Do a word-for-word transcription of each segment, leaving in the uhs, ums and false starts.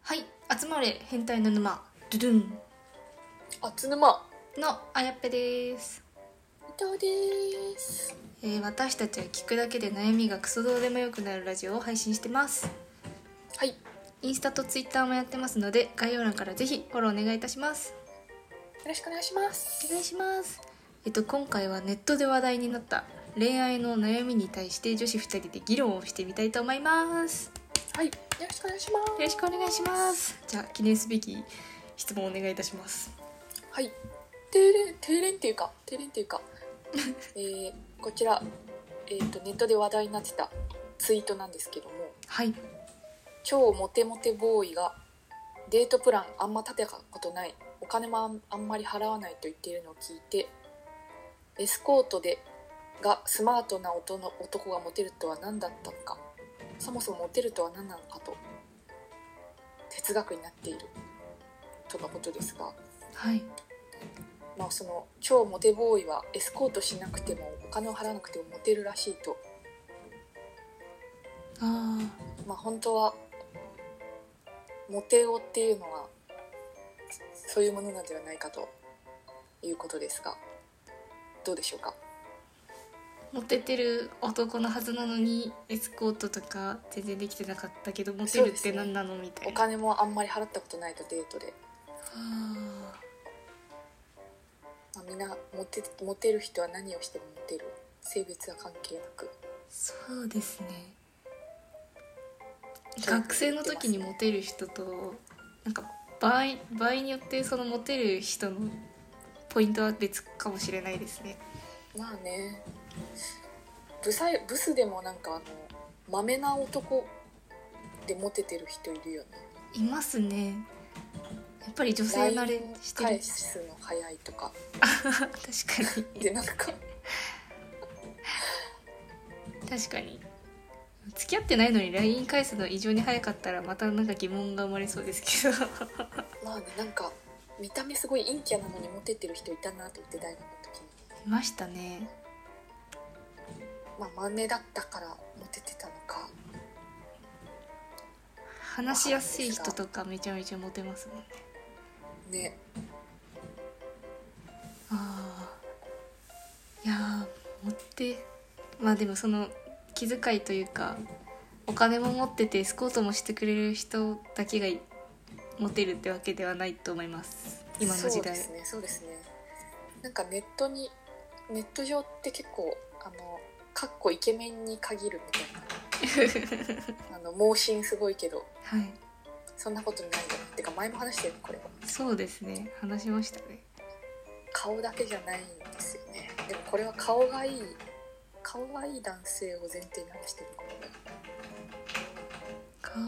はい、集まれ変態の沼ドゥドゥンあつぬまのあやっぺです。 伊藤です。 えー、私たちは聞くだけで悩みがクソどうでもよくなるラジオを配信してます。 はい、よインスタとツイッターもやってますので、概要欄からぜひフォローお願いいたします。 ろしくお願いしまおす。 願いします。えっと今回はネットで話題になった恋愛の悩みに対して女子ふたりで議論をしてみたいと思います。 はい、よろしくお願いします。 よろしくお願いします。じゃあ記念すべき質問をお願いいたします。 はい、定連定連っていうか定連っていうかえー、こちら、えー、とネットで話題になってたツイートなんですけども、 はい。 超モテモテボーイがデートプランあんま立てたことない、お金もあ ん, あんまり払わないと言っているのを聞いて、エスコートでがスマートな男の男がモテるとは何だったのか、そもそもモテるとは何なのかと哲学になっているとのことですが、 はい。 まあ、その超モテボーイはエスコートしなくてもお金を払わなくてもモテるらしいと。 あまあ本当はモテ男っていうのはそういうものなのではないかということですが、どうでしょうか。 ーモテてる男のはずなのにエスコートとか全然できてなかったけどモテるって何なのみたいな。 お金もあんまり払ったことないとデートで、 あまあ、みんなモテ、モテる人は何をしてもモテる、性別は関係なく。 そうですね。学生の時にモテる人となんか場合、場合によってそのモテる人のポイントは別かもしれないですね。 まあね、ブサイブスでもなんかあのマメな男でモテてる人いるよね。 いますね。やっぱり女性慣れしてる。 返すの早いとか確かにでなんか確かに付き合ってないのに ライン 返すの異常に早かったらまたなんか疑問が生まれそうですけどまあね、なんか見た目すごい陰キャなのにモテてる人いたなと思って、大学の時にいましたね。 まあマメだったからモテてたのか。 話しやすい人とかめちゃめちゃモテますもんね。 ね、 ああ、いやーモテ、まあでもその気遣いというかお金も持っててエスコートもしてくれる人だけがモテるってわけではないと思います、今の時代。 そうですね、そうですね。なんかネットにネット上って結構あのかっこイケメンに限るみたいなあの盲信すごいけどはい、 そんなことないよってか、前も話してる、これそうですね、話しましたね。 顔だけじゃないんですよね。でもこれは顔がいい顔がいい男性を前提に話してるからね。 顔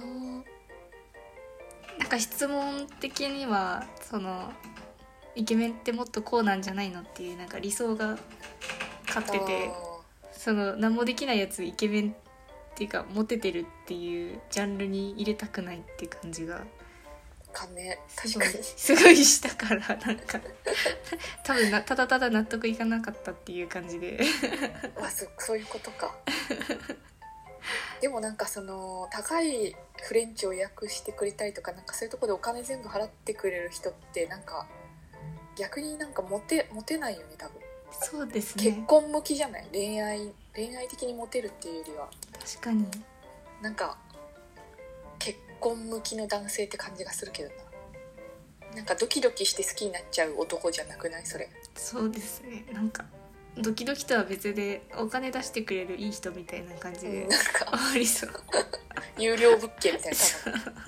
なんか質問的にはそのイケメンってもっとこうなんじゃないのっていうなんか理想が勝ってて、その何もできないやつイケメンっていうかモテてるっていうジャンルに入れたくないっていう感じがかね、 すごい確かにすごいしたから、なんか多分なただただ納得いかなかったっていう感じであ、そ, そういうことか。でもなんかその高いフレンチを予約してくれたりとか、なんかそういうところでお金全部払ってくれる人ってなんか逆になんかモテモテないよね、多分。 そうですね、 結婚向きじゃない、恋愛恋愛的にモテるっていうよりは確かに。 なんか結婚向きの男性って感じがするけどな。なんかドキドキして好きになっちゃう男じゃなくない、それ。 そうですね、なんかドキドキとは別でお金出してくれるいい人みたいな感じで、 うん、なんかありそう有料物件みたいな多分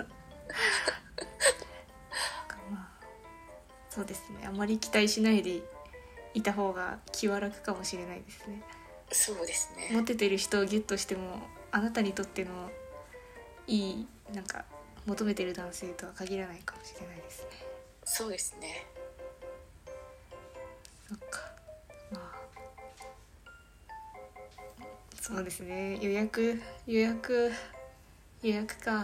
まあ、そうですね、あまり期待しないでいた方が気は楽かもしれないですね。 そうですね。 モテてる人をギュッとしてもあなたにとってのいいなんか求めてる男性とは限らないかもしれないですね。 そうですね。 そっか、まあそうですね、予約予約予約か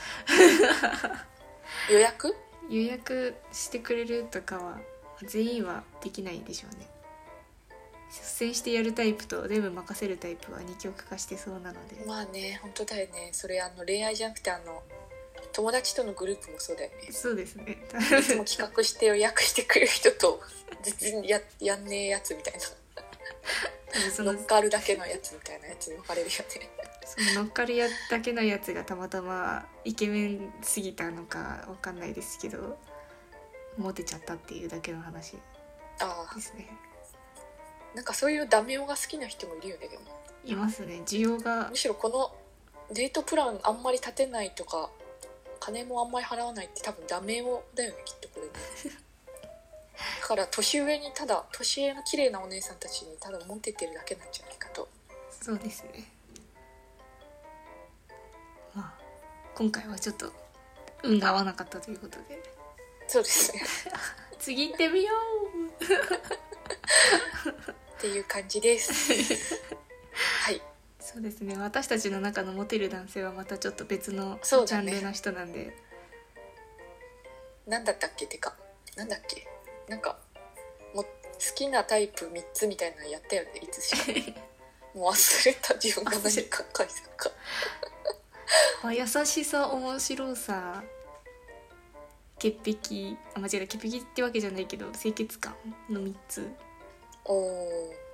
予約予約してくれるとかは全員はできないでしょうね。率先してやるタイプと全部任せるタイプは二極化してそうなので。 まあね、本当だよね。それあの恋愛じゃなくてあの友達とのグループもそうだよね。 そうですね。 いつも企画して予約してくれる人と全然 や, やんねえやつみたいなその乗っかるだけのやつみたいなやつに分かれるよね。 その乗っかるやだけのやつがたまたまイケメンすぎたのかわかんないですけどモテちゃったっていうだけの話あですね。 あ、なんかそういうダメ男が好きな人もいるよね。でもいますね。需要がむしろこのデートプランあんまり立てないとか金もあんまり払わないって多分ダメ男だよね、きっとこれね。だから年上にただ年上の綺麗なお姉さんたちにただモテてるだけなんじゃないかと。 そうですね。まあ今回はちょっと運が合わなかったということでそうですね次行ってみようっていう感じですはい。 そうですね。私たちの中のモテる男性はまたちょっと別のジそうだねャンルの人なんで、 なんだったっけてかなんだっけなんかもう好きなタイプみっつみたいなのやったよね、いつしかもう忘れた、自分が何か書いたかあ、優しさ、面白さ、潔癖、あ、間違えた、潔癖ってわけじゃないけど清潔感のみっつ。 おー、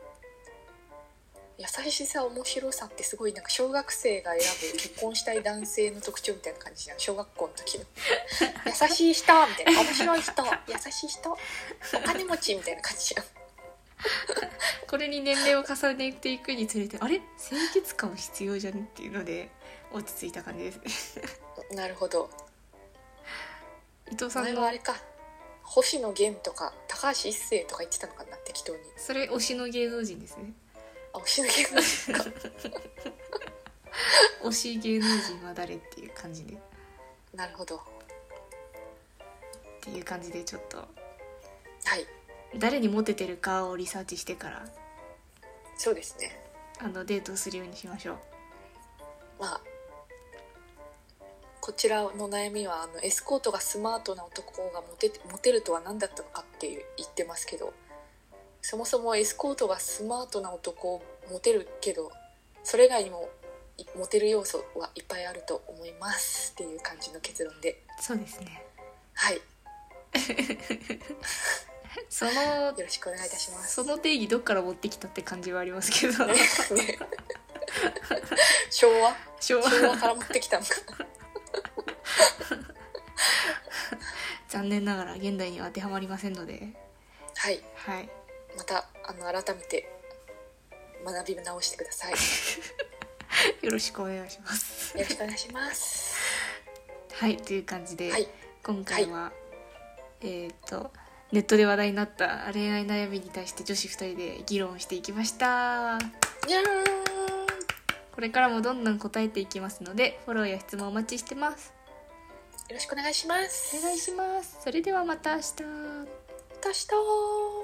優しさ面白さってすごいなんか小学生が選ぶ結婚したい男性の特徴みたいな感じじゃん、小学校の時の優しい人みたいな、面白い人、優しい人、お金持ちみたいな感じじゃんこれに年齢を重ねていくにつれて、あれ清潔感必要じゃねっていうので落ち着いた感じですねなるほど。 伊藤さんの前はあれか、星野源とか高橋一生とか言ってたのかな、適当に。 それ推しの芸能人ですね。 あ、星野源の人か推し芸能人は誰っていう感じでっなるほど。 ていう感じでちょっとはい誰にモテてるかをリサーチしてからそうですね。 あのデートをするようにしましょう。 まあこちらの悩みはあのエスコートがスマートな男がモテ、モテるとは何だったのかっていう言ってますけど、そもそもエスコートがスマートな男をモテるけどそれ以外にもモテる要素はいっぱいあると思いますっていう感じの結論で。 そうですね。 はいそのよろしくお願いいたします。 その定義どっから持ってきたって感じはありますけどねね昭和昭和昭和から持ってきたのか残念ながら現代には当てはまりませんので、 はいはいまたあの改めて学び直してくださいよよろしくお願いしますろしくお願いしますはいという感じで、 はい今回は、えっとネットで話題になった恋愛悩みに対して女子ふたりで議論していきました。 にゃーん。 これからもどんどん答えていきますのでフォローや質問お待ちしてます。 よろしくお願いします。 お願いします。それではまた明日。 また明日。